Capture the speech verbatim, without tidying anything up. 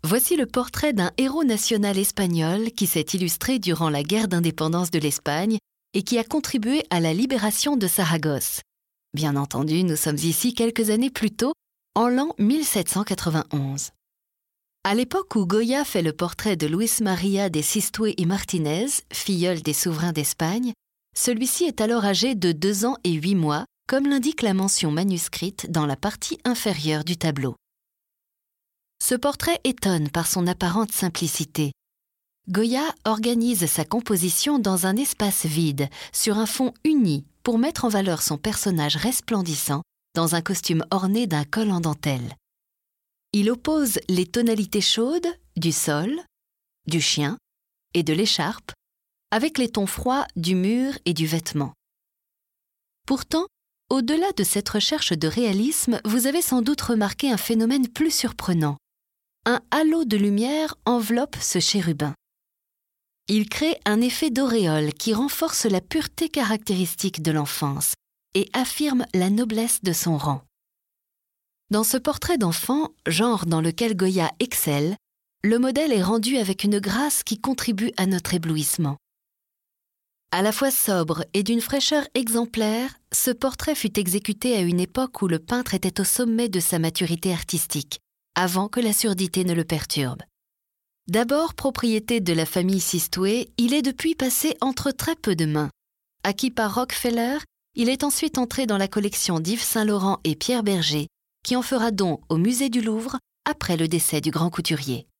Voici le portrait d'un héros national espagnol qui s'est illustré durant la guerre d'indépendance de l'Espagne et qui a contribué à la libération de Saragosse. Bien entendu, nous sommes ici quelques années plus tôt, en l'an mille sept cent quatre-vingt-onze. À l'époque où Goya fait le portrait de Luis María de Sistue y Martínez, filleul des souverains d'Espagne, celui-ci est alors âgé de deux ans et huit mois, comme l'indique la mention manuscrite dans la partie inférieure du tableau. Ce portrait étonne par son apparente simplicité. Goya organise sa composition dans un espace vide, sur un fond uni, pour mettre en valeur son personnage resplendissant dans un costume orné d'un col en dentelle. Il oppose les tonalités chaudes du sol, du chien et de l'écharpe, avec les tons froids du mur et du vêtement. Pourtant, au-delà de cette recherche de réalisme, vous avez sans doute remarqué un phénomène plus surprenant. Un halo de lumière enveloppe ce chérubin. Il crée un effet d'auréole qui renforce la pureté caractéristique de l'enfance et affirme la noblesse de son rang. Dans ce portrait d'enfant, genre dans lequel Goya excelle, le modèle est rendu avec une grâce qui contribue à notre éblouissement. À la fois sobre et d'une fraîcheur exemplaire, ce portrait fut exécuté à une époque où le peintre était au sommet de sa maturité artistique, avant que la surdité ne le perturbe. D'abord propriété de la famille Sistue, il est depuis passé entre très peu de mains. Acquis par Rockefeller, il est ensuite entré dans la collection d'Yves Saint-Laurent et Pierre Bergé, qui en fera don au musée du Louvre après le décès du grand couturier.